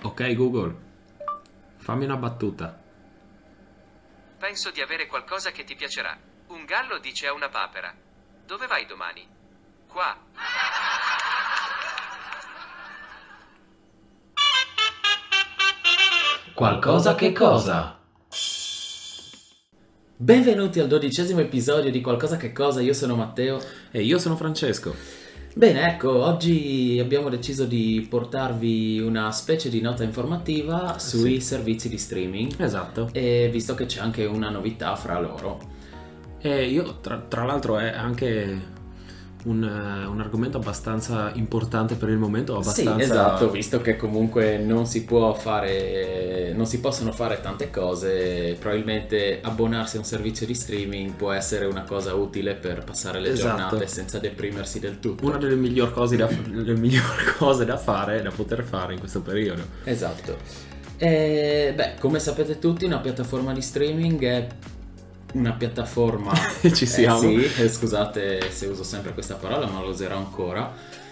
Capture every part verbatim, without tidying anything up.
Ok Google, fammi una battuta. Penso di avere qualcosa che ti piacerà. Un gallo dice a una papera: dove vai domani? Qua. Qualcosa che cosa? Benvenuti al dodicesimo episodio di Qualcosa che cosa, io sono Matteo. E io sono Francesco. Bene, ecco, oggi abbiamo deciso di portarvi una specie di nota informativa sui Sì. servizi di streaming. Esatto. E visto che c'è anche una novità fra loro. E io tra, tra l'altro è anche un, uh, un argomento abbastanza importante per il momento, abbastanza... Sì, esatto, visto che comunque non si può fare, non si possono fare tante cose, probabilmente abbonarsi a un servizio di streaming può essere una cosa utile per passare le Esatto. giornate senza deprimersi del tutto. Una delle migliori cose da, le migliori cose da fare, da poter fare in questo periodo. Esatto. E, beh, come sapete tutti, una piattaforma di streaming è una piattaforma Ci siamo. eh sì, eh, scusate se uso sempre questa parola, ma lo userò ancora,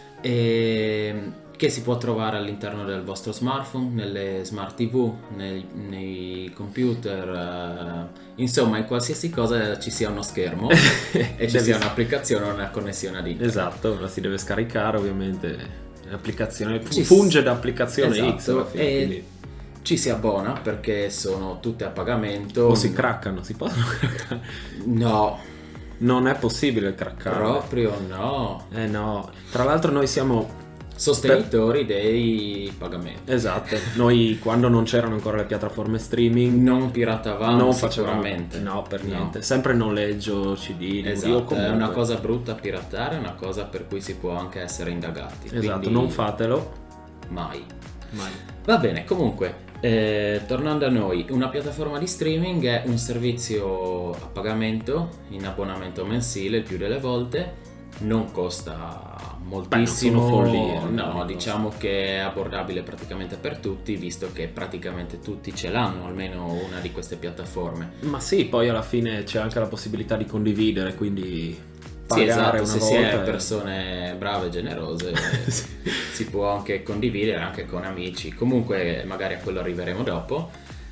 e, che si può trovare all'interno del vostro smartphone, nelle smart tivù, nei, nei computer, eh, insomma in qualsiasi cosa ci sia uno schermo e ci Devi- sia un'applicazione o una connessione ad internet. Esatto, la si deve scaricare ovviamente. L'applicazione Ci- funge da applicazione Esatto, X alla fine, e quindi- ci si abbona perché sono tutte a pagamento. o si craccano, si possono craccare. No, Non è possibile craccare. proprio no. Eh no, tra l'altro noi siamo... Sostenitori dei pagamenti. Esatto, noi quando non c'erano ancora le piattaforme streaming Non piratavamo non facevamo sicuramente. no, per No. niente, sempre noleggio, C D, D V D o Esatto, comunque. è una cosa brutta piratare, è una cosa per cui si può anche essere indagati. Esatto, quindi non fatelo mai. mai. Va bene, comunque, eh, tornando a noi, una piattaforma di streaming è un servizio a pagamento, in abbonamento mensile il più delle volte, non costa moltissimo, sono follie, no, no, diciamo che è abbordabile praticamente per tutti, visto che praticamente tutti ce l'hanno, almeno una di queste piattaforme. Ma sì, poi alla fine c'è anche la possibilità di condividere, quindi Sì, pagare esatto, una se si volta è e- persone brave e generose Sì. si può anche condividere anche con amici, comunque magari a quello arriveremo dopo.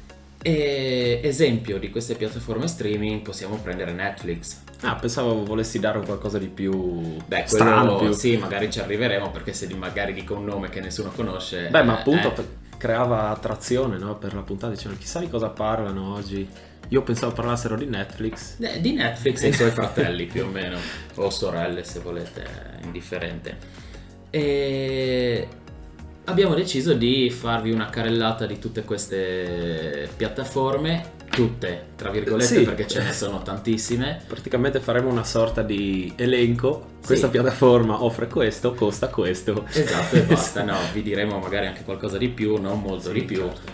E esempio di queste piattaforme streaming possiamo prendere Netflix. Ah, pensavo volessi dare qualcosa di più Beh, strano, quello più... sì, magari ci arriveremo, perché se di- magari dico un nome che nessuno conosce. Beh, ma eh, appunto eh, per- creava attrazione, no? Per la puntata, dicevano chissà di cosa parlano oggi. Io pensavo parlassero di Netflix. eh, di Netflix e i suoi fratelli più o meno, o sorelle se volete, è indifferente. E abbiamo deciso di farvi una carrellata di tutte queste piattaforme, tutte tra virgolette, Sì. perché ce ne sono tantissime. Praticamente faremo una sorta di elenco. Sì. Questa piattaforma offre questo, costa questo. Esatto, e basta, no, vi diremo magari anche qualcosa di più, non molto Sì, di più, certo.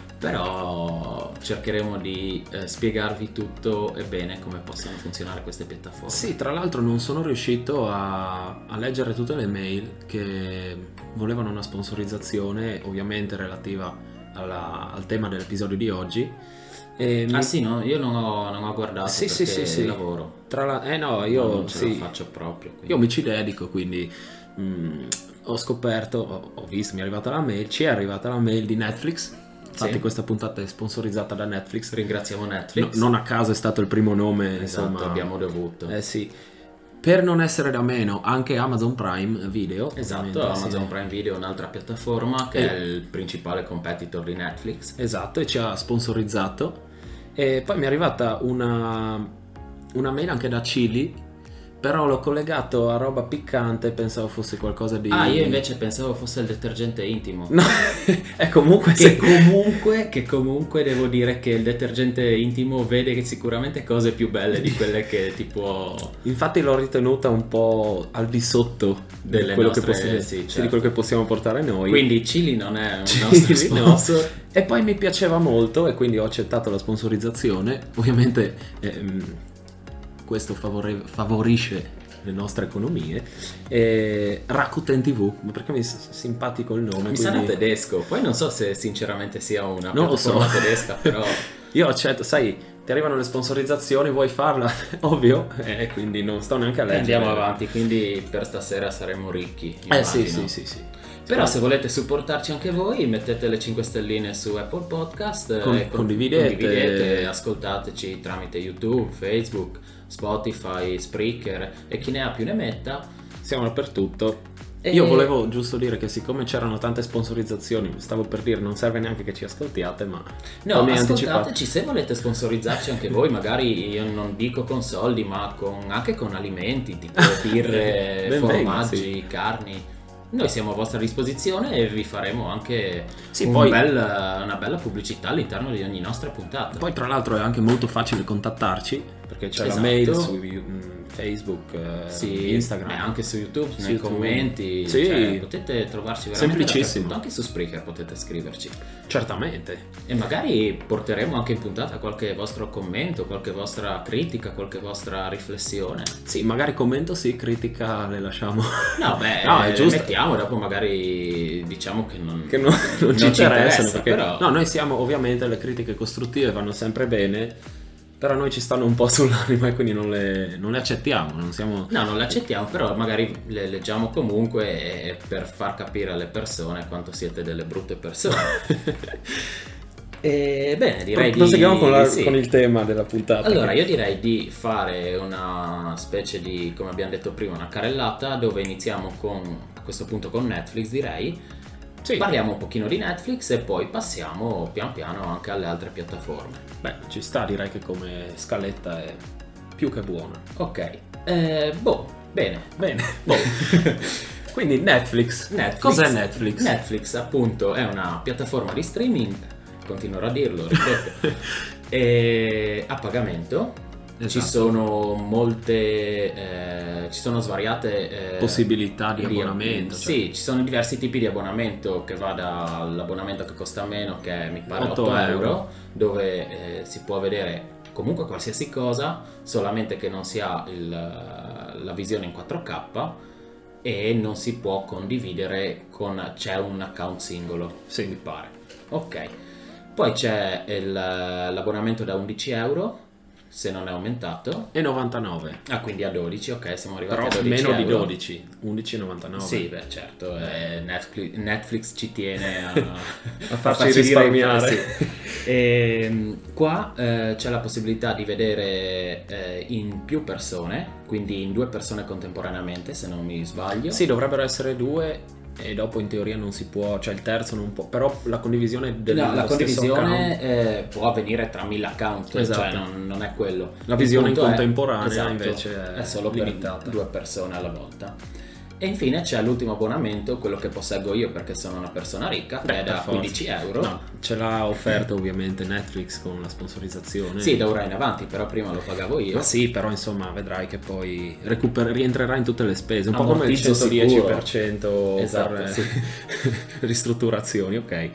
però cercheremo di eh, spiegarvi tutto e bene come possono funzionare queste piattaforme. Sì, tra l'altro non sono riuscito a, a leggere tutte le mail che volevano una sponsorizzazione, ovviamente relativa alla- al tema dell'episodio di oggi. E Ah mi- sì, no, io non ho, non ho guardato Sì, perché sì, sì, sì. lavoro. Tra la... Eh no, No, io non ce sì. la faccio proprio. quindi. Io mi ci dedico, quindi mm, ho scoperto, ho, ho visto, mi è arrivata la mail, ci è arrivata la mail di Netflix. Infatti Sì. questa puntata è sponsorizzata da Netflix. Ringraziamo No, Netflix. non a caso è stato il primo nome, Esatto, insomma. abbiamo dovuto. Eh sì. Per non essere da meno, anche Amazon Prime Video. Esatto, ovviamente, Amazon sì. Prime Video è un'altra piattaforma che Eh. è il principale competitor di Netflix. Esatto, e ci ha sponsorizzato. E poi mi è arrivata una, una mail anche da Chili, però l'ho collegato a roba piccante, pensavo fosse qualcosa di... Ah, io invece pensavo fosse il detergente intimo. No, è comunque... Che se- comunque, che comunque devo dire che il detergente intimo vede che sicuramente cose più belle di quelle che ti può... Infatti l'ho ritenuta un po' al di sotto Delle di quello, nostre- che possiamo, sì, sì, certo. di quello che possiamo portare noi. Quindi Chili non è un Chili, nostro no. sponsor. E poi mi piaceva molto e quindi ho accettato la sponsorizzazione. Ovviamente ehm, questo favore- favorisce le nostre economie. E Rakuten tivù, ma perché mi è s- simpatico il nome. Mi quindi- sa tedesco, poi non so se sinceramente sia una Non lo so. piattaforma tedesca, però... Io accetto, sai, ti arrivano le sponsorizzazioni, vuoi farla? Ovvio, e quindi non sto neanche a leggere. Andiamo avanti, quindi per stasera saremo ricchi. Eh sì, immagino. sì, sì, sì. Però se volete supportarci anche voi, mettete le cinque stelline su Apple Podcast, Con- e con- condividete. condividete, ascoltateci tramite YouTube, Facebook, Spotify, Spreaker e chi ne ha più ne metta. Siamo dappertutto. E- Io volevo giusto dire che siccome c'erano tante sponsorizzazioni, stavo per dire non serve neanche che ci ascoltiate, ma No, come anticipato. ascoltateci se volete sponsorizzarci anche voi, magari io non dico con soldi, ma con, anche con alimenti, tipo birre, Ben venga, formaggi, sì. carni. Noi siamo a vostra disposizione e vi faremo anche Sì, un poi- bel- una bella pubblicità all'interno di ogni nostra puntata. Poi tra l'altro è anche molto facile contattarci perché c'è Esatto. la mail su mm, Facebook, eh, Sì, Instagram, e anche su YouTube, Su nei YouTube. commenti, Sì. cioè, potete trovarci veramente Semplicissimo. dappertutto. Anche su Spreaker potete scriverci certamente. e magari porteremo anche in puntata qualche vostro commento, qualche vostra critica, qualche vostra riflessione. Sì, magari commento sì, critica le lasciamo. No, beh, No, è le giusto. mettiamo, dopo magari diciamo che non, Che non, non ci non ci interessano interessa, perché però. no, noi siamo ovviamente, le critiche costruttive vanno sempre bene, però a noi ci stanno un po' sull'anima e quindi non le, non le accettiamo, non siamo No, non le accettiamo, però magari le leggiamo comunque e- per far capire alle persone quanto siete delle brutte persone. E bene, direi di... Proseguiamo con, la- sì. con il tema della puntata. Allora, io direi di fare una specie di, come abbiamo detto prima, una carrellata dove iniziamo con, a questo punto con Netflix, direi. Sì. Parliamo un pochino di Netflix e poi passiamo pian piano anche alle altre piattaforme. Beh, ci sta, direi che come scaletta è più che buona. Ok, eh, boh, bene. Bene, boh. Quindi Netflix. Netflix. Cos'è Netflix? Netflix appunto è una piattaforma di streaming, continuerò a dirlo, ripeto, e a pagamento. Ci Esatto. sono molte, eh, ci sono svariate eh, Possibilità di abbonamento, cioè. Sì, ci sono diversi tipi di abbonamento che va dall'abbonamento che costa meno, che è, mi pare otto otto euro, euro, dove eh, si può vedere comunque qualsiasi cosa, solamente che non si ha il, la visione in quattro K e non si può condividere con, c'è un account singolo, Sì. mi pare. Ok, poi c'è il- l'abbonamento da undici euro, se non è aumentato. E novantanove. Ah, quindi a dodici, ok, siamo arrivati Però a dodici meno di euro. dodici, undici e novantanove. Sì, beh, certo, eh, Netflix, Netflix ci tiene a, A farci risparmiare. Sì. E, qua eh, c'è la possibilità di vedere eh, in più persone, quindi in due persone contemporaneamente, se non mi sbaglio. Sì, dovrebbero essere due e dopo in teoria non si può, cioè il terzo non può, però la condivisione del No, la dello stesso condivisione account- eh, può avvenire tra mille account, Esatto. cioè non, non è quello. La Il visione in punto è- contemporanea esatto, invece è solo limitata. per due persone alla volta. E infine c'è l'ultimo abbonamento, quello che posseggo io perché sono una persona ricca, Beh, che è per da forza. quindici euro. No, ce l'ha offerto ovviamente Netflix con la sponsorizzazione. Sì, da ora in avanti, però prima lo pagavo io. Ma sì, però insomma vedrai che poi recuper- rientrerà in tutte le spese, un po' come il Ammortizzo centodieci sicuro. per cento Esatto, per sì. ristrutturazioni, ok.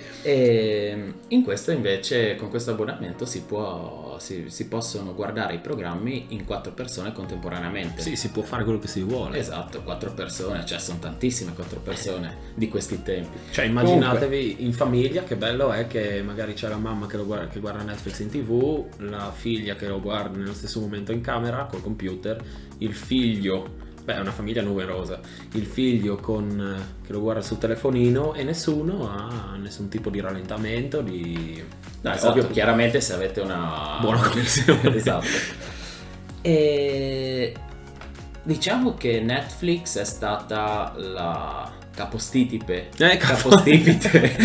E in questo invece, con questo abbonamento si può, si, si possono guardare i programmi in quattro persone contemporaneamente. Sì, si può fare quello che si vuole. Esatto, quattro persone, cioè sono tantissime quattro persone di questi tempi. Cioè immaginatevi in famiglia che bello è che magari c'è la mamma che, lo guarda, che guarda Netflix in tv, la figlia che lo guarda nello stesso momento in camera col computer, il figlio, beh è una famiglia numerosa, il figlio con, che lo guarda sul telefonino e nessuno ha nessun tipo di rallentamento, di... No, Beh, esatto, ovvio- chiaramente se avete una Buona connessione. esatto. E diciamo che Netflix è stata la capostipite Eh, capostipite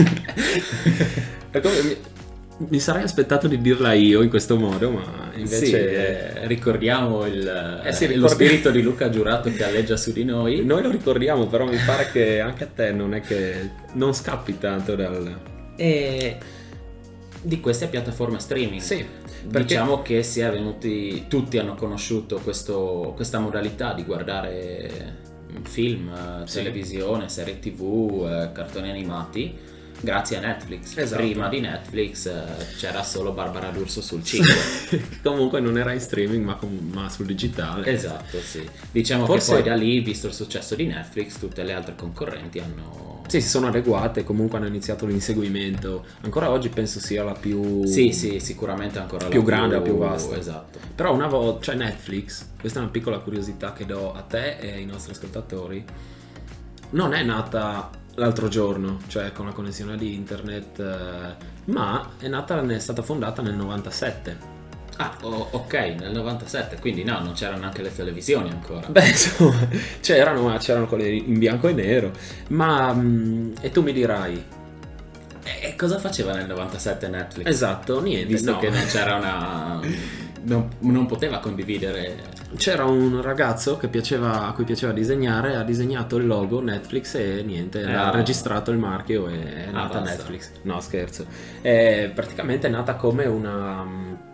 È come- mi, mi sarei aspettato di dirla io in questo modo, ma invece... Sì, eh, ricordiamo il, Eh sì, lo ricordi- spirito di Luca Giurato che alleggia su di noi. Noi lo ricordiamo, però mi pare che anche a te non è che non scappi tanto dal... E di queste piattaforme streaming. Sì, perché- Diciamo che si è venuti, tutti hanno conosciuto questo, questa modalità di guardare film, eh, Sì. televisione, serie tv, eh, cartoni animati grazie a Netflix. Esatto. Prima di Netflix eh, c'era solo Barbara D'Urso sul cinque. Comunque non era in streaming ma, com- ma sul digitale. Esatto, sì. Diciamo Forse- che poi da lì, visto il successo di Netflix, tutte le altre concorrenti hanno... Sì, si sono adeguate, comunque hanno iniziato l'inseguimento. Ancora oggi penso sia la più... Sì, sì, sicuramente ancora più la grande, la più vasta. Esatto. Però una volta, cioè Netflix, questa è una piccola curiosità che do a te e ai nostri ascoltatori, non è nata l'altro giorno, cioè con la connessione di internet, eh, ma è nata, è stata fondata nel novantasette. Ah, oh, ok, nel novantasette, quindi no, non c'erano neanche le televisioni ancora. Beh, insomma, c'erano, ma c'erano quelle in bianco e nero, ma mm, e tu mi dirai, E cosa faceva nel novantasette Netflix? esatto, niente, Visto no. che non c'era una... non, non poteva condividere... C'era un ragazzo che piaceva, a cui piaceva disegnare, ha disegnato il logo Netflix e niente, Eh, ha no. registrato il marchio e è Ah, nata basta. Netflix. No, scherzo. È praticamente è nata come una,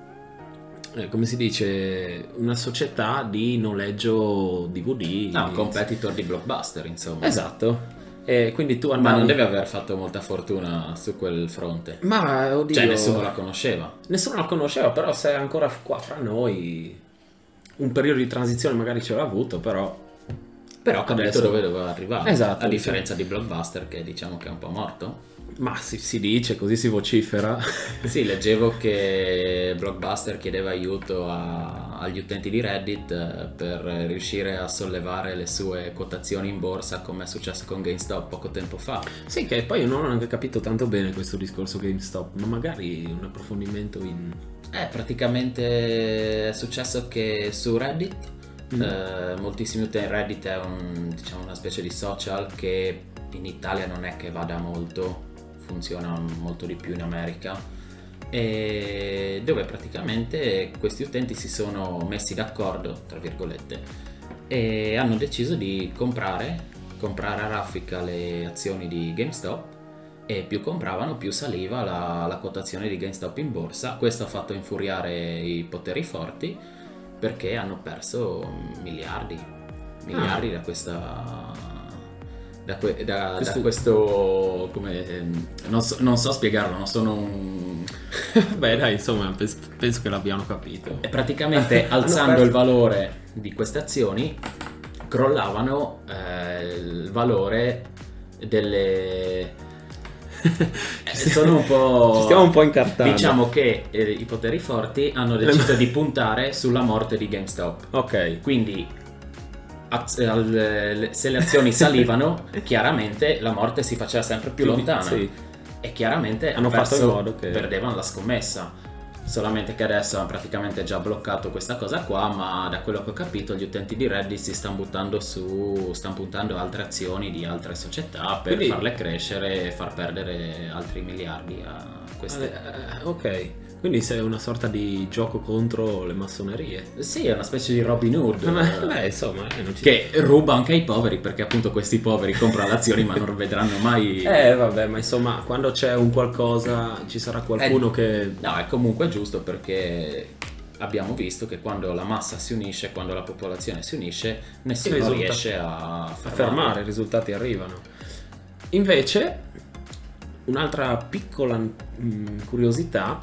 eh, come si dice, una società di noleggio D V D. No, un competitor di Blockbuster, insomma. Esatto. E quindi tu Ma andavi... non deve aver fatto molta fortuna su quel fronte. Ma oddio... Cioè, nessuno la conosceva. Nessuno la conosceva, però se è ancora qua fra noi, un periodo di transizione magari ce l'ha avuto, però... Però ha capito Adesso- dove doveva arrivare. Esatto, A differenza di Blockbuster, che diciamo che è un po' morto. Ma si, si dice, così si vocifera. Sì, leggevo che Blockbuster chiedeva aiuto a- agli utenti di Reddit eh, per riuscire a sollevare le sue quotazioni in borsa, come è successo con GameStop poco tempo fa. Sì, che poi io non ho neanche capito tanto bene questo discorso GameStop, ma magari un approfondimento in... Eh, praticamente è successo che su Reddit, Mm. eh, moltissimi utenti, Reddit è un, diciamo, una specie di social che in Italia non è che vada molto, funziona molto di più in America, e dove praticamente questi utenti si sono messi d'accordo, tra virgolette, e hanno deciso di comprare, comprare a raffica le azioni di GameStop, e più compravano più saliva la, la quotazione di GameStop in borsa. Questo ha fatto infuriare i poteri forti, perché hanno perso miliardi, miliardi da questa... Da, que- da- Questo- da questo... come... non so, non so spiegarlo, non sono un... Beh dai, insomma, pens- penso che l'abbiano capito. E praticamente Hanno alzando perso- il valore di queste azioni crollavano eh, il valore delle... Eh, sono un po'... Ci stiamo un po' incartando. Diciamo che eh, i poteri forti hanno deciso di puntare sulla morte di GameStop. Ok. Quindi az- al- le- se le azioni salivano, chiaramente la morte si faceva sempre più Più- lontana. sì. E chiaramente Hanno hanno fatto in modo che- perdevano la scommessa. Solamente che adesso hanno praticamente già bloccato questa cosa qua, ma da quello che ho capito gli utenti di Reddit si stanno buttando su, stanno puntando altre azioni di altre società per Quindi- farle crescere e far perdere altri miliardi a queste... Eh, ok. Quindi sei una sorta di gioco contro le massonerie. Sì, è una specie di Robin Hood. Beh, beh, insomma, eh, non ci... Che ruba anche ai poveri, perché appunto questi poveri comprano le azioni ma non vedranno mai... Eh vabbè, ma insomma, quando c'è un qualcosa ci sarà qualcuno Eh, che... No, è comunque giusto, perché abbiamo visto che quando la massa si unisce, quando la popolazione si unisce, nessuno risulta- riesce a a fermare. fermare, i risultati arrivano. Invece, un'altra piccola mh, curiosità,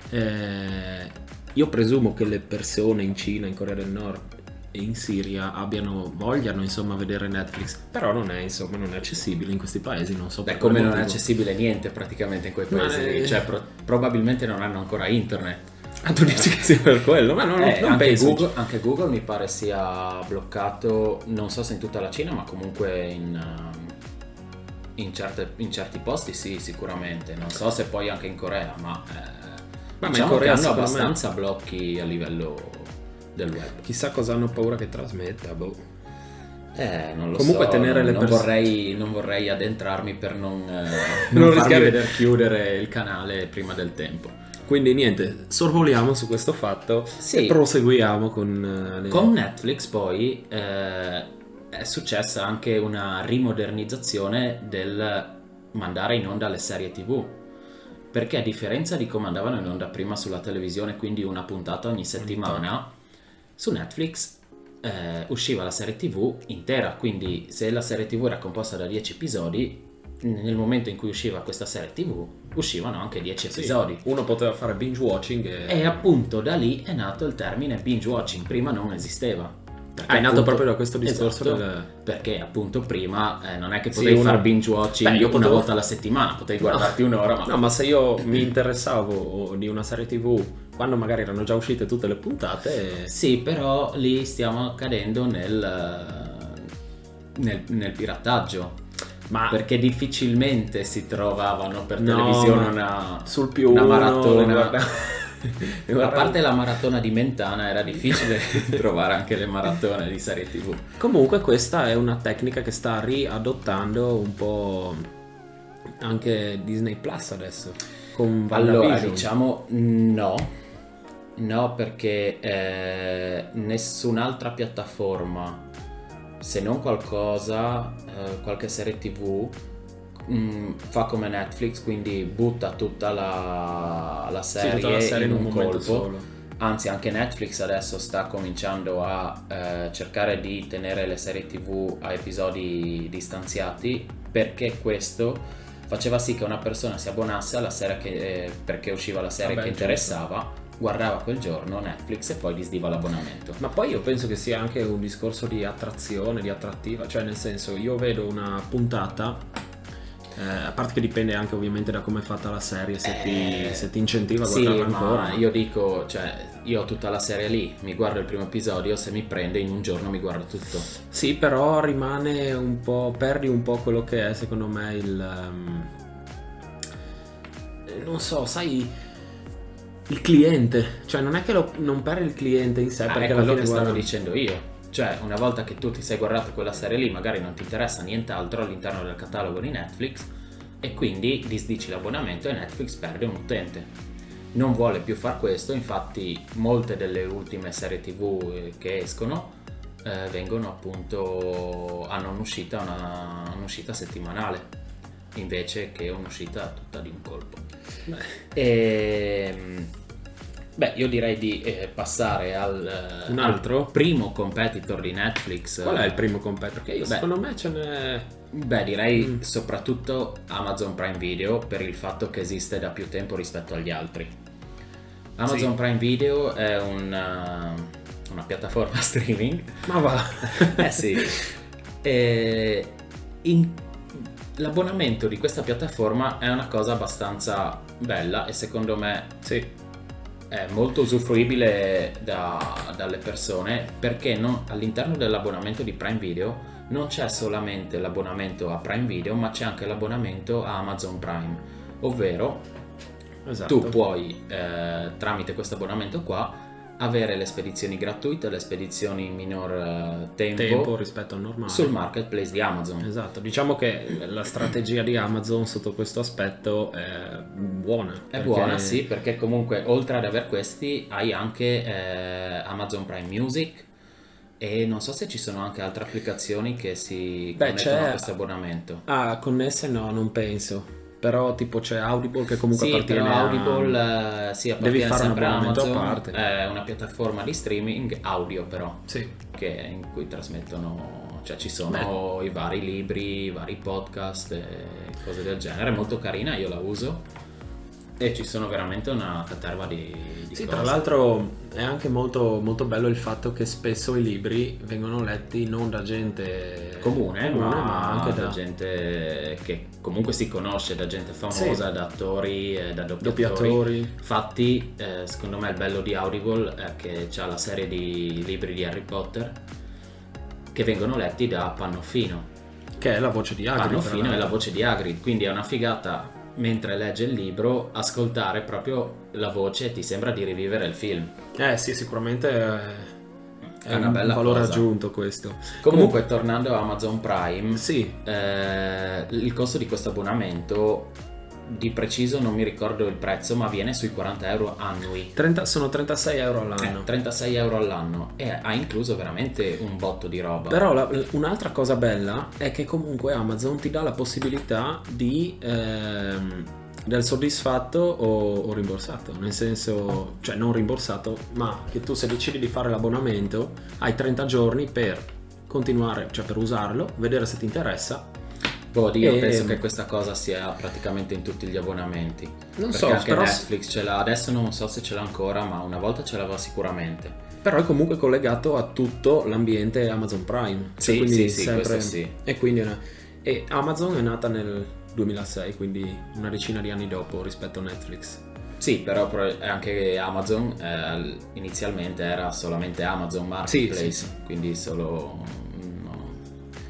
eh, io presumo che le persone in Cina, in Corea del Nord e in Siria abbiano vogliano insomma vedere Netflix, però non è insomma non è accessibile in questi paesi, non so Beh, per come quale non è motivo. accessibile niente praticamente in quei Ma paesi lì, è- cioè pro- probabilmente non hanno ancora internet. Ah, tu dici che sia per quello, ma non, Eh, non anche, penso. Google, anche Google mi pare sia bloccato, non so se in tutta la Cina, ma comunque in, um, in, certe- in certi posti sì, sicuramente. Non so se poi anche in Corea, ma, eh, Ma in diciamo Corea che hanno secondo me- abbastanza blocchi a livello del web. Chissà cosa hanno paura che trasmetta, boh. Eh, non lo Comunque so, tenere non, le non perso- vorrei, non vorrei addentrarmi per non, eh, Non non farmi rischiare- vedere chiudere il canale prima del tempo. Quindi niente, sorvoliamo su questo fatto Sì. e proseguiamo con eh, le... Con Netflix poi eh, è successa anche una rimodernizzazione del mandare in onda le serie tivù, perché a differenza di come andavano in onda prima sulla televisione, quindi una puntata ogni settimana, su Netflix eh, usciva la serie tivù intera, quindi se la serie tivù era composta da dieci episodi, nel momento in cui usciva questa serie tivù uscivano anche dieci Sì, episodi. uno poteva fare binge watching e... E appunto da lì è nato il termine binge watching, prima non esisteva. Perché Ah, è nato appunto- proprio da questo discorso Esatto, del- perché appunto prima eh, non è che Sì, potevi uno- fare binge watching Beh, io una potevo- volta alla settimana, potevi guardarti un'ora, ma No, ma se io mi interessavo di una serie tivù quando magari erano già uscite tutte le puntate... sì, però lì stiamo cadendo nel, nel, nel pirataggio. Ma perché difficilmente si trovavano per No, televisione ma una, sul più una uno, maratona. guarda- A guarda- parte la maratona di Mentana era difficile trovare anche le maratone di serie tv. Comunque questa è una tecnica che sta riadottando un po' anche Disney Plus adesso con Allora, WandaVision. diciamo no, no perché eh, nessun'altra piattaforma, se non qualcosa, eh, qualche serie tv, mh, fa come Netflix, quindi butta tutta la, la Sì, serie, tutta la serie in un momento colpo. solo. Anzi, anche Netflix adesso sta cominciando a eh, cercare di tenere le serie tv a episodi distanziati, perché questo faceva sì che una persona si abbonasse alla serie che, eh, perché usciva la serie Vabbè, che giusto. interessava, guardava quel giorno Netflix e poi disdiva l'abbonamento. Ma poi io penso che sia anche un discorso di attrazione, di attrattiva, cioè nel senso io vedo una puntata, eh, a parte che dipende anche ovviamente da come è fatta la serie, se, Eh, ti, se ti incentiva a sì, guardarla ma ancora. io dico, cioè, io ho tutta la serie lì, mi guardo il primo episodio, se mi prende in un giorno mi guardo tutto. Sì, però rimane un po', perdi un po' quello che è secondo me il... ehm, non so, sai, il cliente, cioè non è che lo- non perdi il cliente in sé, Ah, perché è alla quello fine che stavo guarda- dicendo io. Cioè, una volta che tu ti sei guardato quella serie lì, magari non ti interessa nient'altro all'interno del catalogo di Netflix e quindi disdici l'abbonamento e Netflix perde un utente. Non vuole più far questo, infatti molte delle ultime serie tv eh, che escono eh, vengono appunto, hanno un'uscita, una, un'uscita settimanale invece che un'uscita tutta di un colpo. Beh, E, beh, io direi di eh, passare al, eh, Un altro? al primo competitor di Netflix. qual è il primo competitor? Perché io Beh. secondo me ce n'è... Beh, direi Mm. soprattutto Amazon Prime Video, per il fatto che esiste da più tempo rispetto agli altri. Amazon Sì. Prime Video è una, una piattaforma streaming. Ma va! Eh sì. E in- l'abbonamento di questa piattaforma è una cosa abbastanza bella e secondo me Sì, è molto usufruibile da- dalle persone, perché non- all'interno dell'abbonamento di Prime Video non c'è solamente l'abbonamento a Prime Video, ma c'è anche l'abbonamento a Amazon Prime, ovvero esatto. tu puoi eh, tramite questo abbonamento qua avere le spedizioni gratuite, le spedizioni in minor eh, tempo, tempo rispetto al normale. sul marketplace di Amazon. Esatto, diciamo che la strategia di Amazon sotto questo aspetto è buona. È perché- buona, sì, perché comunque oltre ad aver questi hai anche eh, Amazon Prime Music e non so se ci sono anche altre applicazioni che si Beh, connettono c'è- a questo abbonamento. Ah, connesse no, non penso. Però tipo c'è Audible che comunque Sì, appartiene però a... Audible eh, sì, appartiene Devi fare un sempre a abbonamento a Amazon, parte. è una piattaforma di streaming audio però, Sì. che in cui trasmettono, cioè ci sono i vari libri, i vari podcast e cose del genere, è molto carina, io la uso e ci sono veramente una caterva di, di Sì, cose. tra l'altro è anche molto, molto bello il fatto che spesso i libri vengono letti non da gente comune, comune, ma, anche da da gente che comunque si conosce, da gente famosa, Sì. da attori, eh, da doppiatori. doppiatori. Infatti, eh, secondo me il bello di Audible è che c'ha la serie di libri di Harry Potter che vengono letti da Pannofino. Che è la voce di Hagrid. tra Pannofino è la l'altro. voce di Hagrid, quindi è una figata mentre legge il libro ascoltare proprio la voce e ti sembra di rivivere il film. Eh sì, sicuramente è, è È una un bella valore cosa. aggiunto questo. Comunque, tornando a Amazon Prime, Sì, eh, il costo di questo abbonamento di preciso non mi ricordo il prezzo, ma viene sui quaranta euro annui. trenta sono trentasei euro all'anno. Eh, trentasei euro all'anno e ha incluso veramente un botto di roba. Però la- un'altra cosa bella è che comunque Amazon ti dà la possibilità di ehm, del soddisfatto o, o rimborsato, nel senso, cioè non rimborsato, ma che tu se decidi di fare l'abbonamento hai trenta giorni per continuare, cioè per usarlo, vedere se ti interessa. Boh, io E- penso che questa cosa sia praticamente in tutti gli abbonamenti. Non Perché so, anche però, Netflix ce l'ha, adesso non so se ce l'ha ancora, ma una volta ce l'aveva sicuramente. però è comunque collegato a tutto l'ambiente Amazon Prime. Cioè, Sì, quindi sì, sì, sempre- questo sì. E quindi una- e Amazon è nata nel duemilasei, quindi una decina di anni dopo rispetto a Netflix. Sì, però pro- anche Amazon eh, inizialmente era solamente Amazon Marketplace, Sì, sì, sì. quindi solo... no.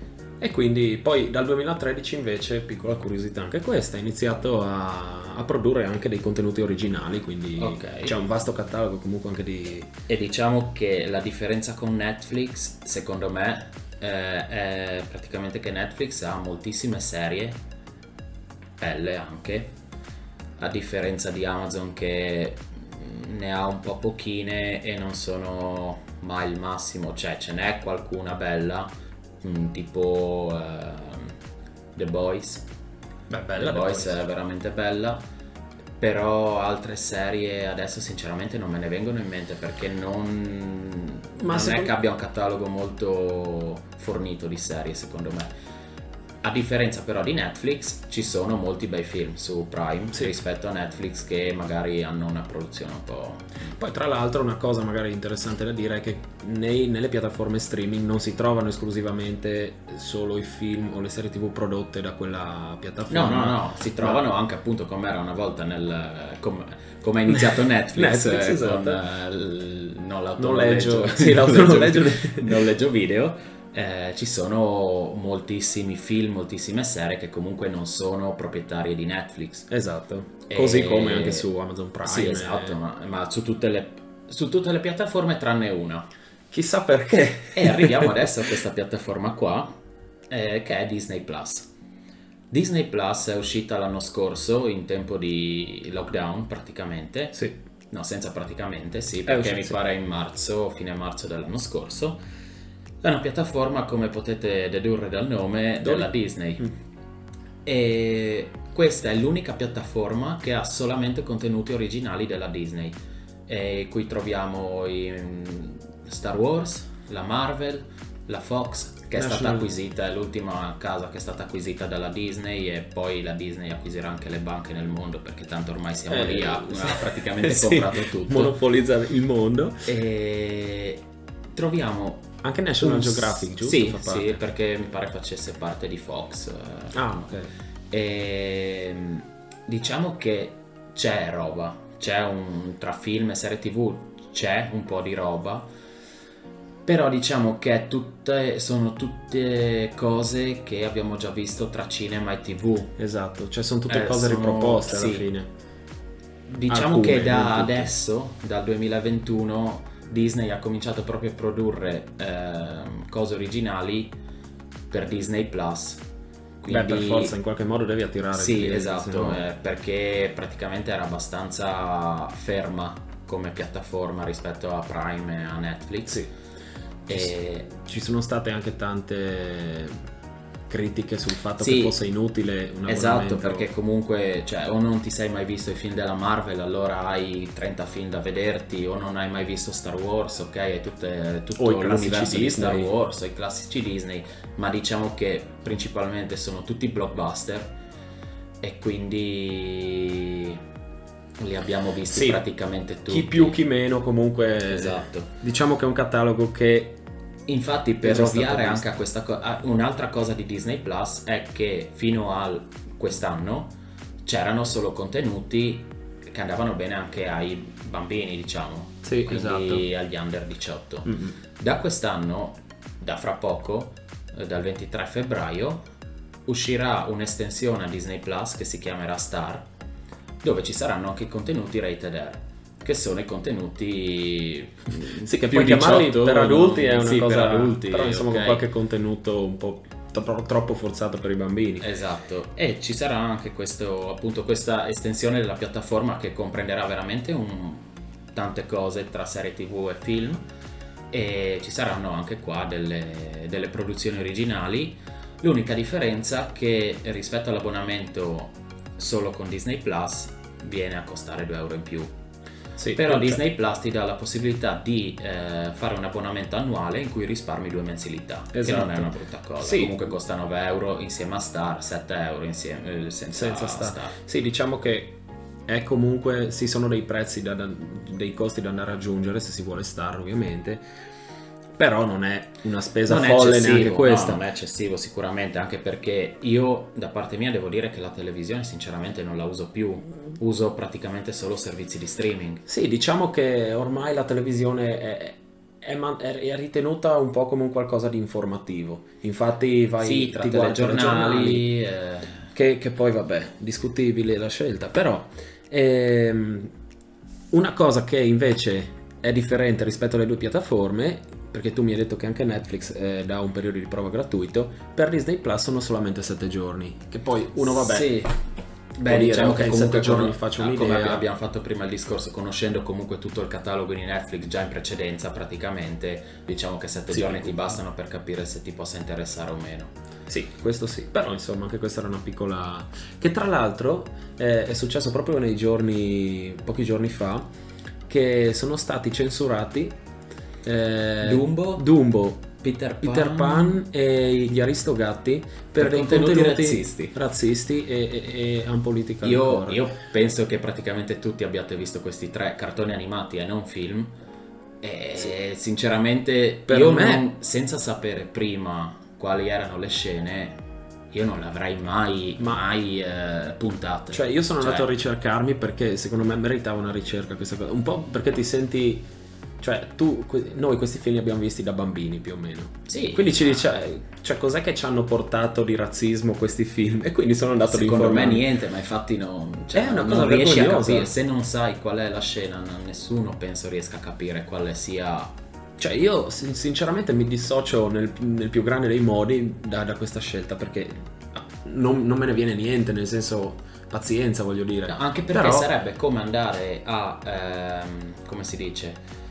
E quindi poi dal duemilatredici invece, piccola curiosità anche questa, ha iniziato a, a produrre anche dei contenuti originali, quindi Ok. c'è un vasto catalogo comunque anche di... E diciamo che la differenza con Netflix, secondo me, eh, è praticamente che Netflix ha moltissime serie, belle anche, a differenza di Amazon che ne ha un po' pochine e non sono mai il massimo, cioè ce n'è qualcuna bella, mh, tipo ehm, The Boys. Beh, The bella, Boys bella. è veramente bella, però altre serie adesso sinceramente non me ne vengono in mente perché non, Ma non secondo- è che abbia un catalogo molto fornito di serie secondo me. A differenza però di Netflix ci sono molti bei film su Prime Sì. rispetto a Netflix che magari hanno una produzione un po'... Poi tra l'altro una cosa magari interessante da dire è che nei- nelle piattaforme streaming non si trovano esclusivamente solo i film o le serie tv prodotte da quella piattaforma. No, no, no, si trovano anche appunto come era una volta nel... com- come ha iniziato Netflix, Netflix, eh, esatto. con eh, il, non Noleggio, l'autonoleggio, sì, l'autonoleggio di- noleggio video. Eh, ci sono moltissimi film, moltissime serie che comunque non sono proprietarie di Netflix. Esatto, E- così come anche su Amazon Prime. Sì, esatto, ma, ma su, tutte le, su tutte le piattaforme tranne una. Chissà perché. E arriviamo adesso a questa piattaforma qua, eh, che è Disney Plus. Disney Plus è uscita l'anno scorso in tempo di lockdown praticamente. Sì, No, senza praticamente, sì, È perché uscito, mi sì. pare in marzo, fine marzo dell'anno scorso. È una piattaforma, come potete dedurre dal nome, Dove- della Disney. Mm. E questa è l'unica piattaforma che ha solamente contenuti originali della Disney. E qui troviamo i Star Wars, la Marvel, la Fox, che è stata National- acquisita, è l'ultima casa che è stata acquisita dalla Disney, e poi la Disney acquisirà anche le banche nel mondo perché tanto ormai siamo Eh, lì, ha, sì. ha praticamente Sì, comprato tutto. monopolizza il mondo. E troviamo Anche National un- Geographic, giusto? Sì, Fa parte. sì, perché mi pare facesse parte di Fox. eh. Ah, ok. E diciamo che c'è roba, c'è un tra film e serie tv, c'è un po' di roba, però diciamo che tutte, sono tutte cose che abbiamo già visto tra cinema e tv. Esatto, cioè sono tutte Eh, cose sono- riproposte alla sì. fine. Diciamo Alcune, che da non tutte. adesso, dal duemilaventuno, Disney ha cominciato proprio a produrre ehm, cose originali per Disney Plus. Beh, per forza in qualche modo devi attirare il Sì, cliente, esatto, sennò- eh, perché praticamente era abbastanza ferma come piattaforma rispetto a Prime e a Netflix. Sì. E Ci sono state anche tante critiche sul fatto Sì, che fosse inutile un esatto, abbonamento. perché comunque, cioè, o non ti sei mai visto i film della Marvel, allora hai trenta film da vederti, o non hai mai visto Star Wars, ok, hai tutte, tutto O i classici l'universo di Star Disney. Wars, i classici Disney, ma diciamo che principalmente sono tutti blockbuster e quindi li abbiamo visti Sì, praticamente tutti. chi più chi meno comunque Esatto. diciamo che è un catalogo che Infatti, per È già stato ovviare visto. anche a questa cosa, un'altra cosa di Disney Plus è che fino a quest'anno c'erano solo contenuti che andavano bene anche ai bambini, diciamo, Sì, quindi esatto. agli under diciotto. Mm-mm. Da quest'anno, da fra poco, eh, dal ventitré febbraio, uscirà un'estensione a Disney Plus che si chiamerà Star, dove ci saranno anche i contenuti rated R, che sono i contenuti Sì, che più poi chiamarli diciotto, per adulti è una sì, cosa per adulti, però insomma ok. con qualche contenuto un po' tro- troppo forzato per i bambini. Esatto, e ci sarà anche questo, appunto, questa estensione della piattaforma che comprenderà veramente un- tante cose tra serie tv e film, e ci saranno anche qua delle, delle produzioni originali. L'unica differenza è che rispetto all'abbonamento solo con Disney Plus viene a costare due euro in più. Sì, Però cioè- Disney Plus ti dà la possibilità di eh, fare un abbonamento annuale in cui risparmi due mensilità, Esatto. che non è una brutta cosa. Sì. Comunque costa nove euro insieme a Star, sette euro insieme, eh, senza, senza Star. Star. Sì, diciamo che è comunque sì, sono dei prezzi da, da- dei costi da andare a raggiungere se si vuole Star ovviamente, però non è una spesa Non è folle eccessivo, neanche questa. no, non è eccessivo sicuramente, anche perché io da parte mia devo dire che la televisione sinceramente non la uso più, uso praticamente solo servizi di streaming. Sì, diciamo che ormai la televisione è, è, man- è ritenuta un po' come un qualcosa di informativo. Infatti vai, Sì, tra ti guardi i telegiornali, eh, che, che poi vabbè, discutibile la scelta, però ehm, una cosa che invece è differente rispetto alle due piattaforme, perché tu mi hai detto che anche Netflix eh, dà un periodo di prova gratuito, per Disney Plus sono solamente sette giorni, che poi uno vabbè sì. Beh, può dire, diciamo ok, che in comunque sette giorni con- faccio ah, un'idea. come abbiamo fatto prima il discorso, conoscendo comunque tutto il catalogo di Netflix già in precedenza praticamente, diciamo che sette Sì. giorni ti bastano per capire se ti possa interessare o meno. Sì, questo sì, però insomma anche questa era una piccola... che tra l'altro eh, è successo proprio nei giorni, pochi giorni fa, che sono stati censurati eh, Dumbo, Dumbo, Peter Pan, Peter Pan e gli Aristogatti per, Per dei contenuti contenuti razzisti. razzisti e, e, e unpolitical Io, correct. io penso che praticamente tutti abbiate visto questi tre cartoni animati e non film e sinceramente Per io me- non- senza sapere prima quali erano le scene io non l'avrei mai, mai eh, puntate. Cioè io sono Cioè, andato a ricercarmi perché secondo me meritava una ricerca questa cosa, un po' perché ti senti, cioè tu, que- noi questi film li abbiamo visti da bambini più o meno, Sì, quindi ci dice, cioè cos'è che ci hanno portato di razzismo questi film, e quindi sono andato secondo ad me informarmi. niente, ma infatti non, cioè, È una non cosa riesci a vergognosa. capire. Se non sai qual è la scena, non- nessuno penso riesca a capire quale sia. Cioè io sin- sinceramente mi dissocio nel, nel più grande dei modi da, da questa scelta, perché non, non me ne viene niente, nel senso pazienza voglio dire. No, anche perché Però- sarebbe come andare a, ehm, come si dice,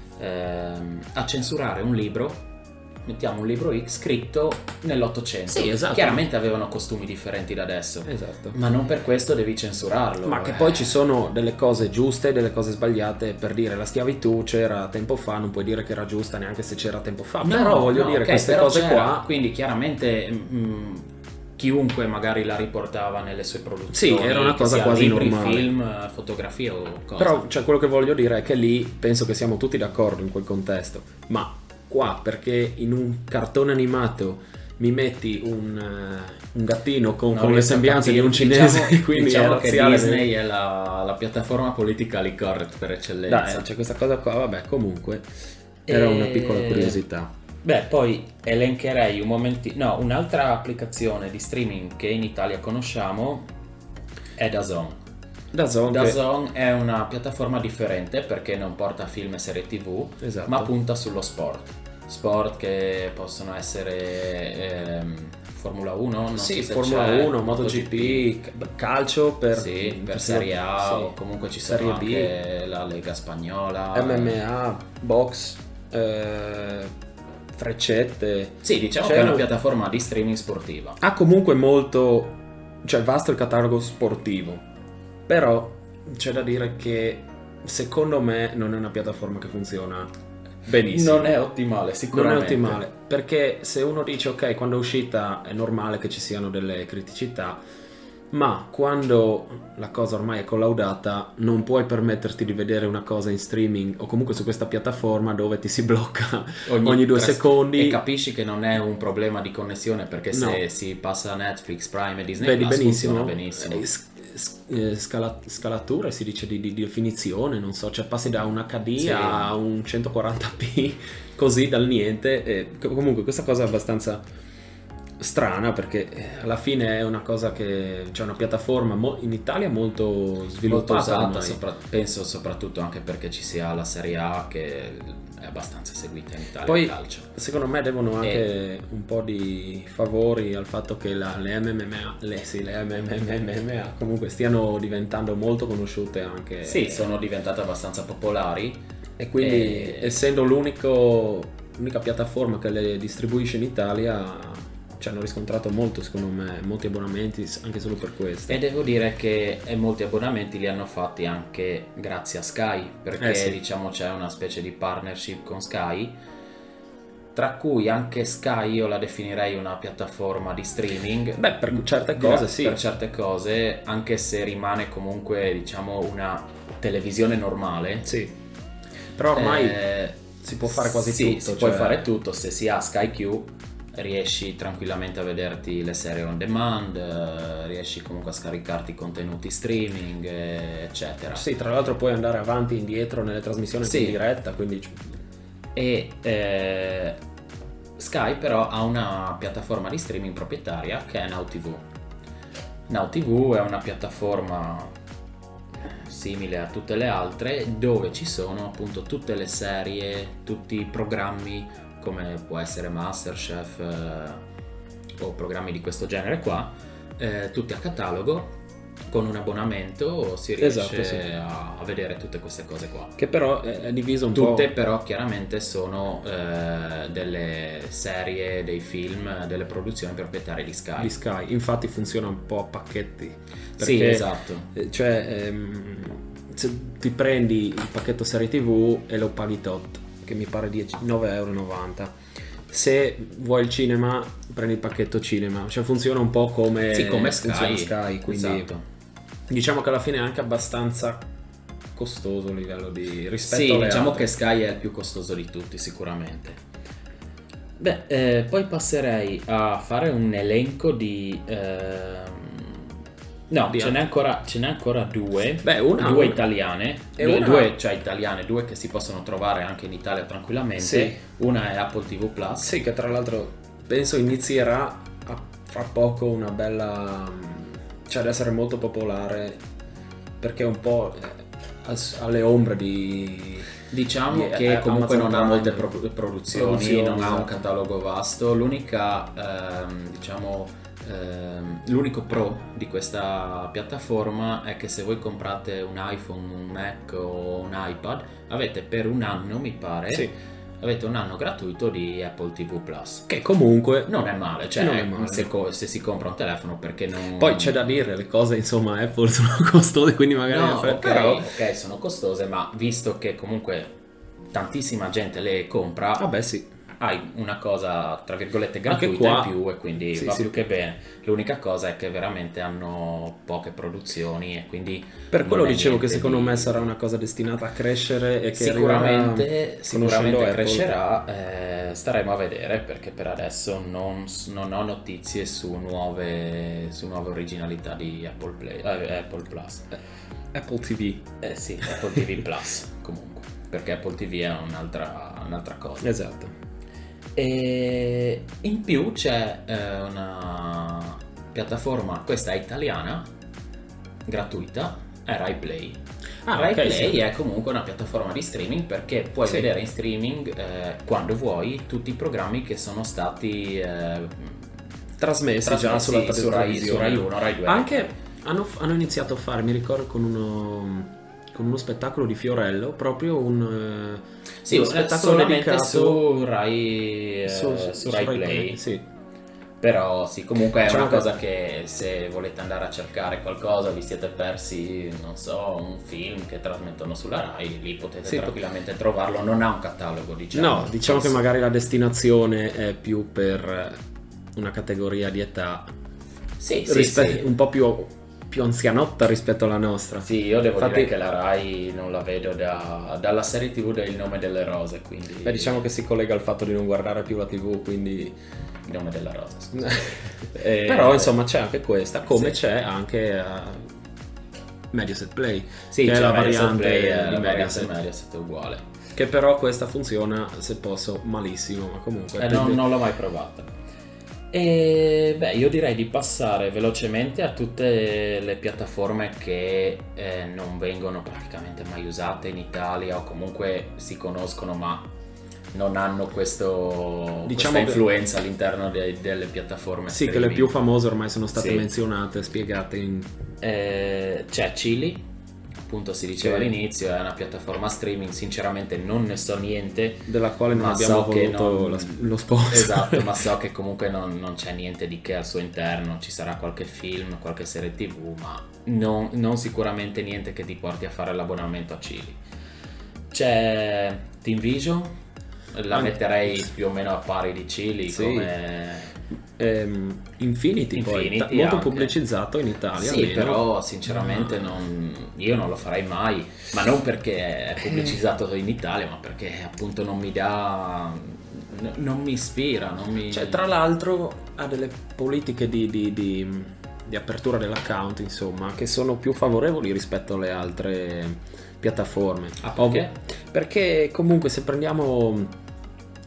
ehm, a censurare un libro, mettiamo un libro X scritto nell'Ottocento. Sì, esatto. Chiaramente avevano costumi differenti da adesso, Esatto. ma non per questo devi censurarlo. Ma che eh. poi ci sono delle cose giuste e delle cose sbagliate, per dire la schiavitù c'era tempo fa, non puoi dire che era giusta neanche se c'era tempo fa, No, però voglio no, dire ok, queste però cose c'era, qua. quindi chiaramente mm, chiunque magari la riportava nelle sue produzioni. Sì, era una che cosa sia quasi libri, normale. film, fotografie o cose. Però cioè, quello che voglio dire è che lì penso che siamo tutti d'accordo in quel contesto, ma qua perché in un cartone animato mi metti un, eh, un gattino con, Non con le riesco a sembianze di un capire. cinese, Diciamo, quindi diciamo è che razziale. Disney è la, la piattaforma politically correct per eccellenza. Dai, c'è questa cosa qua, vabbè, comunque era E- una piccola curiosità. Beh, poi elencherei un momentino. No, un'altra applicazione di streaming che in Italia conosciamo è DAZN. DAZN, che- DAZN è una piattaforma differente perché non porta film e serie tv, Esatto. ma punta sullo sport. Sport che possono essere ehm, Formula uno, non sì, so se Formula c'è, uno, MotoGP, calcio per, sì, per sì, Serie A sì. o comunque ci sono Serie B, anche la Lega Spagnola, M M A, box, eh, freccette. Sì, diciamo C'è che è una un- piattaforma di streaming sportiva. Ha comunque molto, cioè vasto il catalogo sportivo, però c'è da dire che secondo me non è una piattaforma che funziona benissimo. Non è ottimale, Non è sicuramente. ottimale, perché se uno dice ok, quando è uscita è normale che ci siano delle criticità, ma quando la cosa ormai è collaudata non puoi permetterti di vedere una cosa in streaming o comunque su questa piattaforma dove ti si blocca ogni, due tre- secondi. E capisci che non è un problema di connessione perché se No. si passa a Netflix, Prime e Disney Vedi Plus benissimo, funziona benissimo. eh, s- s- eh, scala- scalatura si dice di, di- di definizione, non so, cioè passi da un H D Sì. a un centoquaranta p così dal niente, e co- comunque questa cosa è abbastanza strana perché eh, alla fine è una cosa che c'è una piattaforma mo- in Italia molto Molto sviluppata usata, ormai. sopra- penso soprattutto anche perché ci sia la Serie A che è abbastanza seguita in Italia Poi il calcio. secondo me devono anche un po' di favori al fatto che la- le M M A, le, sì, le M M A comunque stiano diventando molto conosciute anche. Sì, sono diventate abbastanza popolari. E quindi E- essendo l'unico, l'unica piattaforma che le distribuisce in Italia ci hanno riscontrato molto, secondo me, molti abbonamenti anche solo per questo. E devo dire che eh, molti abbonamenti li hanno fatti anche grazie a Sky, perché Eh sì. diciamo c'è una specie di partnership con Sky, tra cui anche Sky io la definirei una piattaforma di streaming. Beh, per certe Gra- cose sì. Per certe cose, anche se rimane comunque diciamo una televisione normale. Sì. Però ormai eh, si può fare quasi sì, tutto. si può cioè- fare tutto, se si ha Sky Q riesci tranquillamente a vederti le serie on demand, eh, riesci comunque a scaricarti contenuti streaming, eh, eccetera. Sì, tra l'altro puoi andare avanti e indietro nelle trasmissioni Sì. in diretta, quindi e eh, Sky però ha una piattaforma di streaming proprietaria che è Now ti vu. Now ti vu è una piattaforma simile a tutte le altre, dove ci sono appunto tutte le serie, tutti i programmi, come può essere MasterChef eh, o programmi di questo genere qua, eh, tutti a catalogo. Con un abbonamento si riesce Esatto, sì. a, a vedere tutte queste cose qua. Che però è diviso un Tutte po'. però chiaramente sono eh, delle serie, dei film, delle produzioni proprietarie di Sky. Di Sky, infatti funziona un po' a pacchetti. Perché, Sì, esatto. eh, Cioè, ehm, se ti prendi il pacchetto serie tivù e lo paghi tot, che mi pare nove virgola novanta euro. Se vuoi il cinema, prendi il pacchetto cinema. Cioè funziona un po' come, Sì, come funziona Sky. Sky, quindi Esatto. diciamo che alla fine è anche abbastanza costoso a livello di rispetto Sì, alle diciamo altre. che Sky è il più costoso di tutti sicuramente. Beh, eh, poi passerei a fare un elenco di... ehm, No, Di ce n'è, ancora, ce n'è ancora due. Beh, una- due una- italiane. e Due, una- due, cioè italiane, due che si possono trovare anche in Italia tranquillamente. Sì. Una è Apple ti vu Plus. Sì, che tra l'altro penso inizierà a, fra poco una bella... cioè ad essere molto popolare, perché è un po' eh, as- alle ombre di... Diciamo di- che eh, comunque Amazon non ha molte Prime. pro- produzioni, Produzioni, non ha un esatto. catalogo vasto. L'unica, ehm, diciamo, ehm, l'unico pro di questa piattaforma è che se voi comprate un iPhone, un Mac o un iPad, avete per un anno, mi pare, Sì, avete un anno gratuito di Apple ti vu Plus. che comunque... Non è male, cioè Non è male. Se, co- se si compra un telefono, perché non... Poi c'è da dire, le cose insomma Apple sono costose, quindi magari... No, fai- ok, però... ok, sono costose, ma visto che comunque tantissima gente le compra, Vabbè sì, hai una cosa tra virgolette Anche gratuita qua- in più e quindi sì, va sì. più che bene. L'unica cosa è che veramente hanno poche produzioni e quindi per quello non è dicevo che niente secondo di- me sarà una cosa destinata a crescere e che sicuramente, arriverà sicuramente conoscendo Apple. crescerà, eh, staremo a vedere, perché per adesso non, non ho notizie su nuove, su nuove originalità di Apple, Play, eh, Apple Plus. Apple ti vu. Eh sì, Apple ti vu Plus comunque, perché Apple ti vu è un'altra, un'altra cosa. Esatto. E in più c'è eh, una piattaforma, questa è italiana, gratuita, è Rai Play. Ah, Rai ok, Play sì. è comunque una piattaforma di streaming, perché puoi Sì. vedere in streaming eh, quando vuoi tutti i programmi che sono stati eh, Trasmessi, già trasmessi sulla su Rai, televisione. su Rai uno, Rai due. Anche hanno, hanno iniziato a fare, mi ricordo con uno, con uno spettacolo di Fiorello, proprio un, eh, sì, uno eh, spettacolo solamente dedicato su Rai, eh, su, su su Rai Rai Play. Sì. Però sì, comunque è Diciamo una che- cosa che se volete andare a cercare qualcosa, vi siete persi, non so, un film che trasmettono sulla Rai, lì potete Sì, tranquillamente trovarlo, non ha un catalogo, diciamo. No, diciamo che magari la destinazione è più per una categoria di età Sì, sì, rispe- sì. un po' più, più anzianotta rispetto alla nostra. Sì, io devo Infatti- dire che la Rai non la vedo da- dalla serie tivù del Nome delle Rose, quindi... Beh, diciamo che si collega al fatto di non guardare più la tivù, quindi... Il Nome della Rosa, scusa. Eh, Eh, Però insomma c'è anche questa, come sì. c'è anche uh, Mediaset Play, Sì, che c'è è la Mediaset variante Play, è di la variante Mediaset, Mediaset è uguale. che però questa funziona, se posso, malissimo, ma comunque... Eh, non, non l'ho mai provata. E beh, io direi di passare velocemente a tutte le piattaforme che eh, non vengono praticamente mai usate in Italia, o comunque si conoscono ma non hanno questo, Diciamo questa che- influenza all'interno de- delle piattaforme Sì, che le streaming. più famose ormai sono state Sì. menzionate, spiegate in... Eh, c'è Chili, appunto si diceva Sì. all'inizio, è una piattaforma streaming, sinceramente non ne so niente. della quale non Ma abbiamo so che voluto non- la- lo sponsor. Esatto, ma so che comunque non, non c'è niente di che al suo interno, ci sarà qualche film, qualche serie tivù, ma non, non sicuramente niente che ti porti a fare l'abbonamento a Chili. C'è TeamVision, la Anche- metterei più o meno a pari di Chili, Sì. come... Ehm, Infinity, poi, Infinity ta- molto anche. pubblicizzato in Italia. Sì, almeno. però sinceramente non- io non lo farei mai, ma non perché è pubblicizzato in Italia, ma perché appunto non mi dà, n- non mi ispira, non mi... Cioè, tra l'altro ha delle politiche di, di- di- di apertura dell'account, insomma, che sono più favorevoli rispetto alle altre piattaforme. Ah, perché? Ovvio- Perché comunque se prendiamo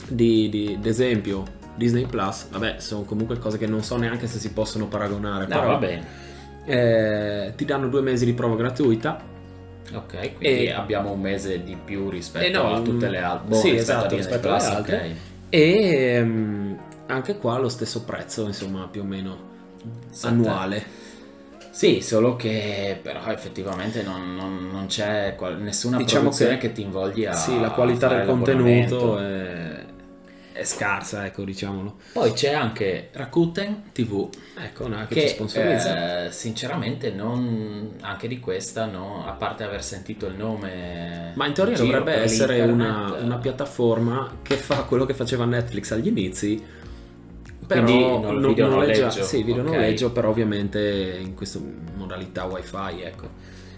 di, di, ad esempio Disney Plus, vabbè, sono comunque cose che non so neanche se si possono paragonare, No, però va bene. eh, ti danno due mesi di prova gratuita. Ok, quindi E- abbiamo un mese di più rispetto Eh no, a tutte le altre. sì, rispetto esatto, a Disney rispetto alle Plus, altre. ok. E ehm, anche qua lo stesso prezzo, insomma, più o meno Sette. annuale. Sì, solo che però effettivamente non, non- non c'è qual- nessuna Diciamo produzione che- che, ti invoglia Sì, la a qualità fare del contenuto l'abbonamento. è, è scarsa, ecco, diciamolo. Poi c'è anche Rakuten T V Ecco, no, che, ci che sponsorizza. eh, sinceramente non, anche di questa no, a parte aver sentito il nome Ma in teoria in giro dovrebbe per essere una, l'internet, una piattaforma che fa quello che faceva Netflix agli inizi, però Quindi non- no- video noleggia- noleggio, sì, video ok. noleggio, però ovviamente in questa modalità wifi, ecco.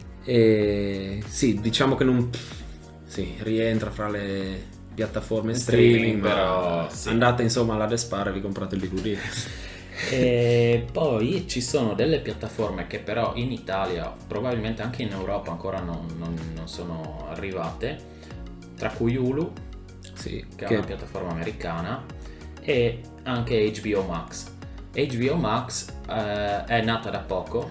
E sì, diciamo che non sì, rientra fra le piattaforme Streaming, streaming, ma però, sì. andate insomma alla Despar e vi comprate il D V D. E poi ci sono delle piattaforme che però in Italia, probabilmente anche in Europa ancora non, non- non sono arrivate, tra cui Hulu, Sì, che è che una piattaforma americana, e anche H B O Max. H B O Max eh, è nata da poco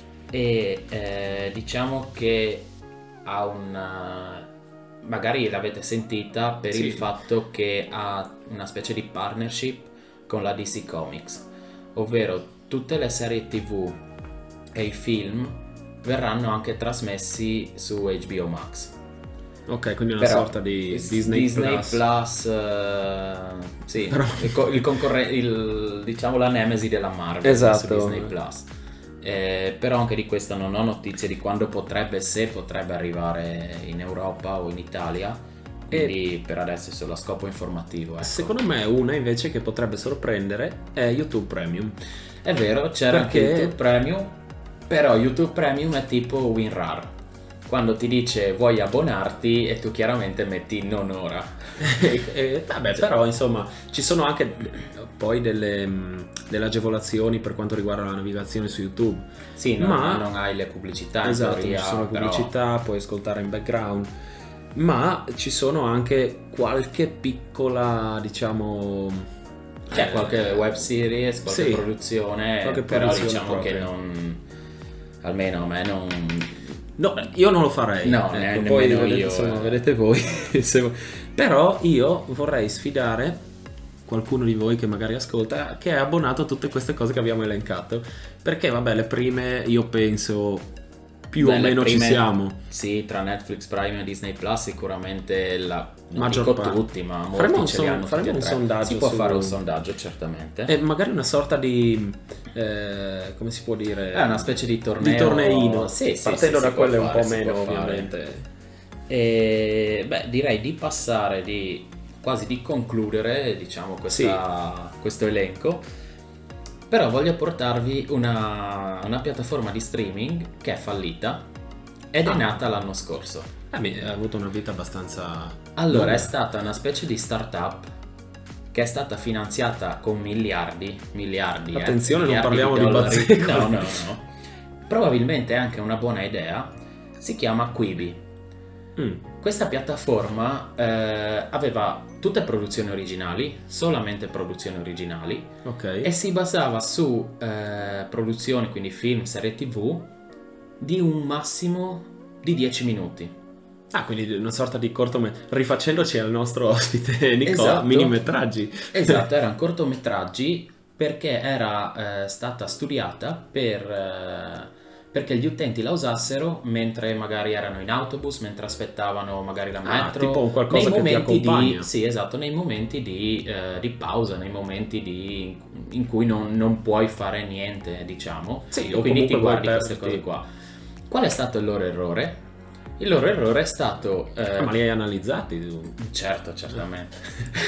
e eh, diciamo che ha una... magari l'avete sentita per Sì. il fatto che ha una specie di partnership con la D C Comics, ovvero tutte le serie tv e i film verranno anche trasmessi su H B O Max. ok, quindi una Però sorta di is- Disney, Plus. Plus, eh, sì, Però- il, co- il concorre- il- diciamo la nemesi della Marvel Esatto. su Disney Plus. Eh, però anche di questa non ho notizie di quando potrebbe, se potrebbe arrivare in Europa o in Italia, quindi per adesso è solo a scopo informativo, ecco. Secondo me una invece che potrebbe sorprendere è YouTube Premium. È vero, c'era Perché- anche YouTube Premium, però YouTube Premium è tipo WinRAR, quando ti dice vuoi abbonarti e tu chiaramente metti non ora. E- e, vabbè, però insomma ci sono anche poi delle, mh, delle agevolazioni per quanto riguarda la navigazione su YouTube. Sì, no, Ma- non hai le pubblicità in Esatto, teoria, ci sono però- pubblicità, puoi ascoltare in background, ma ci sono anche qualche piccola, diciamo, C'è eh, qualche web series, qualche sì, produzione, qualche però produzione diciamo che propria. non... almeno a me non... No, io non lo farei. No, ecco, ne- poi nemmeno vedete, io, insomma, eh. vedete voi. Se- Però io vorrei sfidare qualcuno di voi che magari ascolta, che è abbonato a tutte queste cose che abbiamo elencato. Perché, vabbè, le prime io penso più Beh, o le meno prime- ci siamo. Sì, tra Netflix Prime e Disney Plus sicuramente la... non Maggior dico parte. tutti, ma molti Faremo un ce li son- hanno faremo tutti e un tre. sondaggio Si può su- fare un sondaggio, certamente. E magari una sorta di... eh, come si può dire? È una specie di torneo. Di torneino. Sì, sì, Partendo sì, da si può quelle un fare, po' si meno, può fare. ovviamente. E beh, direi di passare di quasi di concludere, diciamo, questa- questo elenco. Però voglio portarvi una, una piattaforma di streaming che è fallita ed è Ah. nata l'anno scorso. Eh, beh, ha avuto una vita abbastanza... Allora, lunga. è stata una specie di startup che è stata finanziata con miliardi, miliardi. eh, Attenzione, non miliardi parliamo di dollari. bazzecole. No, no, no. Probabilmente è anche una buona idea. Si chiama Quibi. Mm. Questa piattaforma eh, aveva tutte produzioni originali, solamente produzioni originali, Ok. e si basava su eh, produzioni, quindi film, serie tv, di un massimo di dieci minuti. Ah, quindi una sorta di cortometraggio, rifacendoci al nostro ospite Nicola, Esatto. minimetraggi. Esatto, erano cortometraggi perché era eh, stata studiata per, eh, perché gli utenti la usassero mentre magari erano in autobus, mentre aspettavano magari la Ah, metro, tipo un qualcosa nei che ti momenti accompagna. di, sì, esatto, nei momenti di, eh, di pausa, nei momenti di, in cui non, non puoi fare niente, diciamo. Sì, E o quindi ti comunque guardi vuoi queste perderti. cose qua. Qual è stato il loro errore? Il loro errore è stato... eh, Ah, ma li hai analizzati tu? Certo, certamente.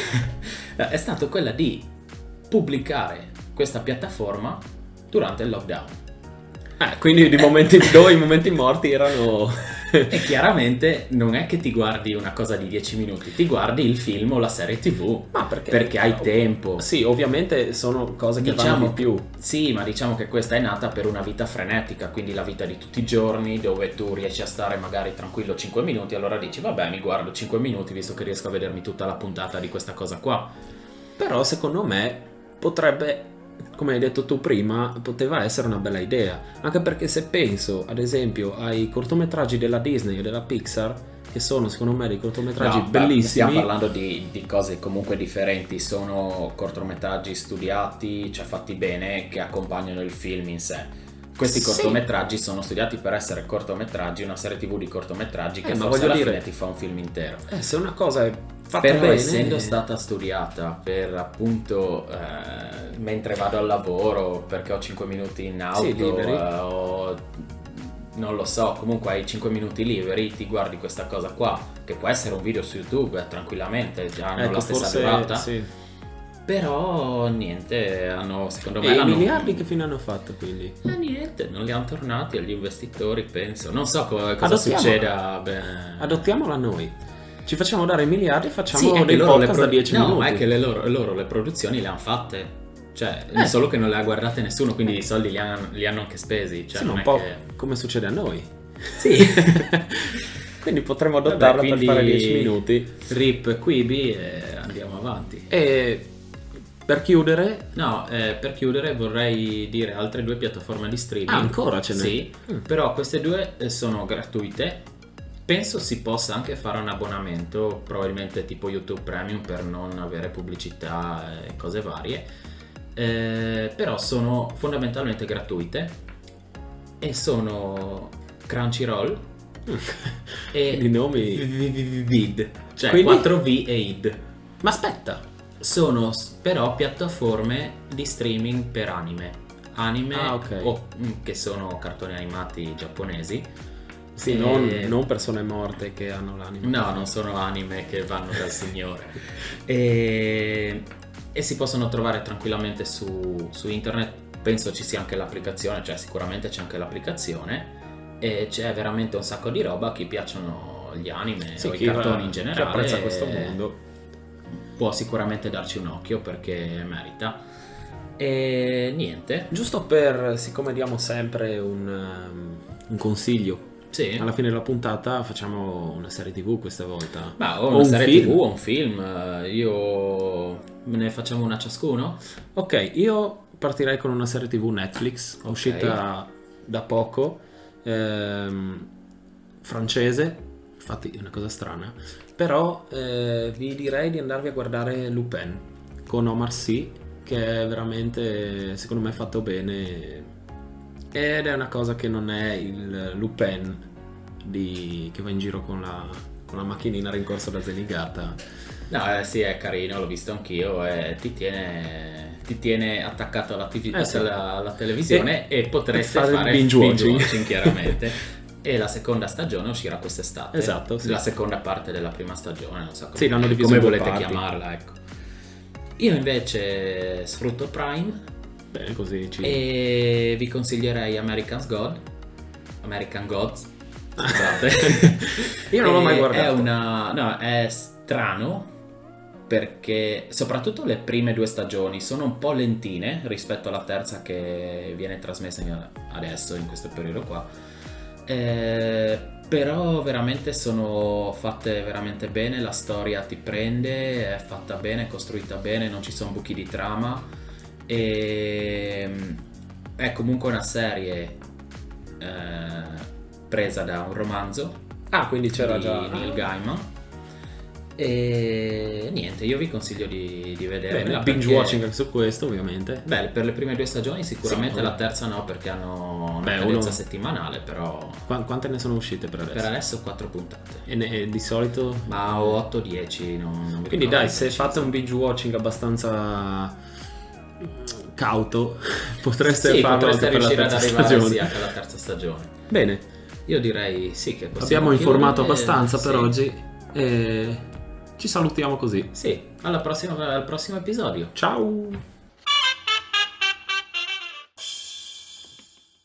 È stato quella di pubblicare questa piattaforma durante il lockdown. Eh, quindi i momenti, dove i momenti morti erano... E chiaramente non è che ti guardi una cosa di dieci minuti, ti guardi il film o la serie tv, Ma perché? perché hai tempo. Sì, ovviamente sono cose che Diciamo vanno di più. Sì, ma diciamo che questa è nata per una vita frenetica, quindi la vita di tutti i giorni, dove tu riesci a stare magari tranquillo cinque minuti, allora dici vabbè, mi guardo cinque minuti visto che riesco a vedermi tutta la puntata di questa cosa qua. Però secondo me potrebbe, come hai detto tu prima, poteva essere una bella idea. Anche perché se penso, ad esempio, ai cortometraggi della Disney o della Pixar, che sono secondo me dei cortometraggi No, beh, bellissimi. stiamo parlando di, di cose comunque differenti, sono cortometraggi studiati, cioè fatti bene, che accompagnano il film in sé. Questi Sì. cortometraggi sono studiati per essere cortometraggi, una serie tv di cortometraggi che Eh, ma forse voglio alla dire- fine ti fa un film intero. Eh, se una cosa è fatta Però bene, essendo stata studiata per appunto eh, mentre vado al lavoro, perché ho cinque minuti in auto, Sì, liberi. eh, o non lo so, comunque hai cinque minuti liberi, ti guardi questa cosa qua, che può essere un video su YouTube eh, tranquillamente, hanno ecco, la stessa forse durata, sì. però niente, hanno secondo me E i l'hanno- miliardi che fine hanno fatto quindi? Eh, niente, non li hanno tornati agli investitori, penso. Non so co- cosa Adottiamola. succeda. Beh. Adottiamola noi. Ci facciamo dare i miliardi e Sì, facciamo è che dei loro le podcast pro- da dieci no, minuti. ma è che le loro, loro le produzioni le hanno fatte. Cioè, Eh. solo che non le ha guardate nessuno, quindi i soldi li hanno, li hanno anche spesi. Cioè, Sì, ma non un è po' che... come succede a noi. Sì. Quindi potremmo adottarla Vabbè, quindi per fare dieci minuti. Rip Quibi e andiamo avanti. E per chiudere, No, eh, per chiudere vorrei dire altre due piattaforme di streaming. Ah, ancora ce n'è? Sì, Mm. però queste due eh, sono gratuite. Penso si possa anche fare un abbonamento, probabilmente tipo YouTube Premium per non avere pubblicità e cose varie. Eh, però sono fondamentalmente gratuite e sono Crunchyroll e i nomi... Vid, cioè Quindi? quattro V e Id. Ma aspetta! Sono s- però piattaforme di streaming per anime. Anime Ah, ok. o, mm, che sono cartoni animati giapponesi. Sì, E- non, non persone morte che hanno l'anima. No, non sono anime che vanno dal signore. E, e si possono trovare tranquillamente su, su internet. Penso ci sia anche l'applicazione, cioè sicuramente c'è anche l'applicazione. E c'è veramente un sacco di roba. A chi piacciono gli anime Sì, o i chi cartoni va- in chi generale apprezza questo mondo. può sicuramente darci un occhio perché merita. E niente. Giusto per, siccome diamo sempre un, um, un consiglio, Sì. alla fine della puntata facciamo una serie tv questa volta. Ma o O una un serie film. tv o un film. eh, Io ne facciamo una ciascuno? Ok, io partirei con una serie tv Netflix, Ok. uscita da poco, ehm, francese, infatti è una cosa strana, però eh, vi direi di andarvi a guardare Lupin con Omar Sy, che è veramente, secondo me, fatto bene, ed è una cosa che non è il Lupin di, che va in giro con la, con la macchinina rincorso da Zenigata. No, eh, sì, è carino, l'ho visto anch'io e ti tiene, ti tiene attaccato alla, T V Eh, sì. alla, alla televisione e, potreste e fare fare il binge watching. chiaramente. E la seconda stagione uscirà quest'estate. Esatto, sì. La seconda parte della prima stagione, non so come, Sì, l'hanno diviso come in due volete parti. chiamarla, ecco. Io invece sfrutto Prime Bene, così ci... e vi consiglierei American's God. American Gods. Scusate. Io non l'ho mai E guardato. È una... No, è strano perché soprattutto le prime due stagioni sono un po' lentine rispetto alla terza che viene trasmessa in- adesso, in questo periodo qua. Eh, però veramente sono fatte veramente bene, la storia ti prende, è fatta bene, è costruita bene, non ci sono buchi di trama e è comunque una serie eh, presa da un romanzo Ah, quindi c'era di già... Neil Gaiman e niente, io vi consiglio di, di vederla. Bene, binge perché- watching anche su questo, ovviamente. Beh, per le prime due stagioni sicuramente, Sì, la vabbè. terza no perché hanno una Beh, cadenza uno- settimanale, però Qua- quante ne sono uscite per adesso? per adesso quattro puntate. E, ne- e di solito... Ma ho otto dieci, non, non mi Quindi ricordo dai, di se preciso. fate un binge watching abbastanza cauto, potreste sì, farlo potreste anche per la riuscire ad terza arrivare stagione. sì, anche alla terza stagione. Bene, Io direi sì che possiamo abbiamo informato chiudere. abbastanza per Sì. oggi e ci salutiamo così. Sì, alla prossima, al prossimo episodio. Ciao!